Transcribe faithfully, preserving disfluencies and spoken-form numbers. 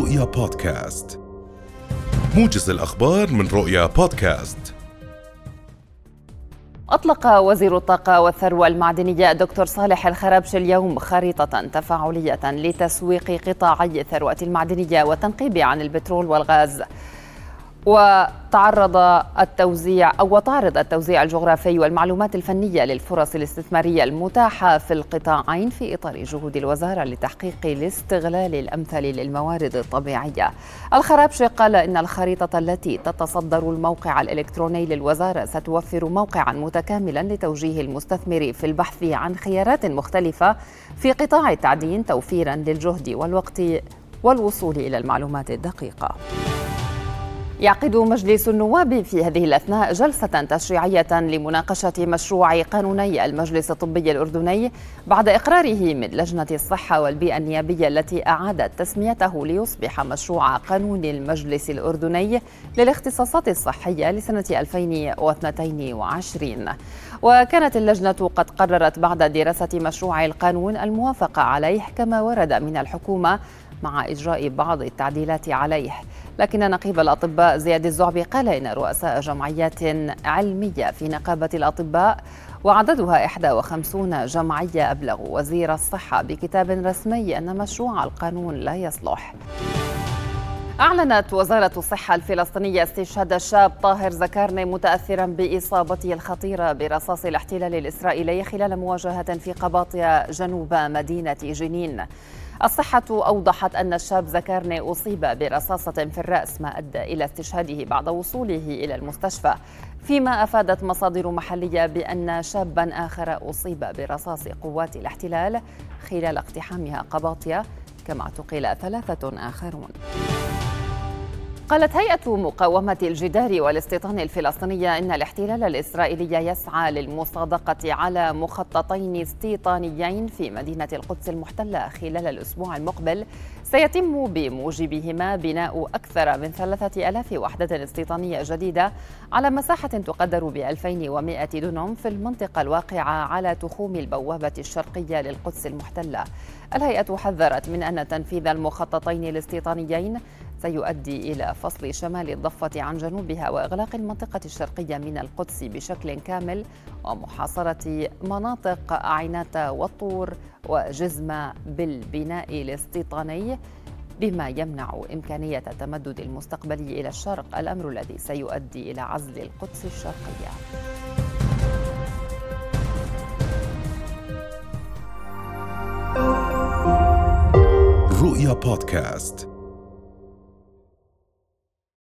رؤيا بودكاست، موجز الأخبار من رؤيا بودكاست. أطلق وزير الطاقة والثروة المعدنية دكتور صالح الخرابش اليوم خريطة تفاعلية لتسويق قطاعي الثروة المعدنية والتنقيب عن البترول والغاز. وتعرض التوزيع أو تعرض التوزيع الجغرافي والمعلومات الفنية للفرص الاستثمارية المتاحة في القطاعين في إطار جهود الوزارة لتحقيق الاستغلال الأمثل للموارد الطبيعية. الخرابش قال إن الخريطة التي تتصدر الموقع الإلكتروني للوزارة ستوفر موقعا متكاملا لتوجيه المستثمر في البحث عن خيارات مختلفة في قطاع التعدين، توفيرا للجهد والوقت والوصول إلى المعلومات الدقيقة. يعقد مجلس النواب في هذه الأثناء جلسة تشريعية لمناقشة مشروع قانوني المجلس الطبي الأردني بعد إقراره من لجنة الصحة والبيئة النيابية التي أعادت تسميته ليصبح مشروع قانون المجلس الأردني للاختصاصات الصحية لسنة ألفين واثنين وعشرين. وكانت اللجنة قد قررت بعد دراسة مشروع القانون الموافقة عليه كما ورد من الحكومة مع إجراء بعض التعديلات عليه. لكن نقيب الأطباء زياد الزعبي قال إن رؤساء جمعيات علمية في نقابة الأطباء وعددها إحدى وخمسين جمعية أبلغوا وزير الصحة بكتاب رسمي أن مشروع القانون لا يصلح. أعلنت وزارة الصحة الفلسطينية استشهاد الشاب طاهر زكارني متأثرا بإصابته الخطيرة برصاص الاحتلال الإسرائيلي خلال مواجهة في قباطيا جنوب مدينة جنين. الصحة أوضحت أن الشاب زكارني أصيب برصاصة في الرأس ما أدى إلى استشهاده بعد وصوله إلى المستشفى، فيما أفادت مصادر محلية بأن شابا آخر أصيب برصاص قوات الاحتلال خلال اقتحامها قباطيا، كما اعتقل ثلاثة آخرون. قالت هيئة مقاومة الجدار والاستيطان الفلسطينية إن الاحتلال الإسرائيلي يسعى للمصادقة على مخططين استيطانيين في مدينة القدس المحتلة خلال الأسبوع المقبل، سيتم بموجبهما بناء أكثر من ثلاثة آلاف وحدة استيطانية جديدة على مساحة تقدر بألفين ومائة دونم في المنطقة الواقعة على تخوم البوابة الشرقية للقدس المحتلة. الهيئة حذرت من أن تنفيذ المخططين الاستيطانيين سيؤدي إلى فصل شمال الضفة عن جنوبها وإغلاق المنطقة الشرقية من القدس بشكل كامل ومحاصرة مناطق عينات والطور وجزمة بالبناء الاستيطاني، بما يمنع إمكانية التمدد المستقبلي إلى الشرق، الأمر الذي سيؤدي إلى عزل القدس الشرقية. رؤيا بودكاست.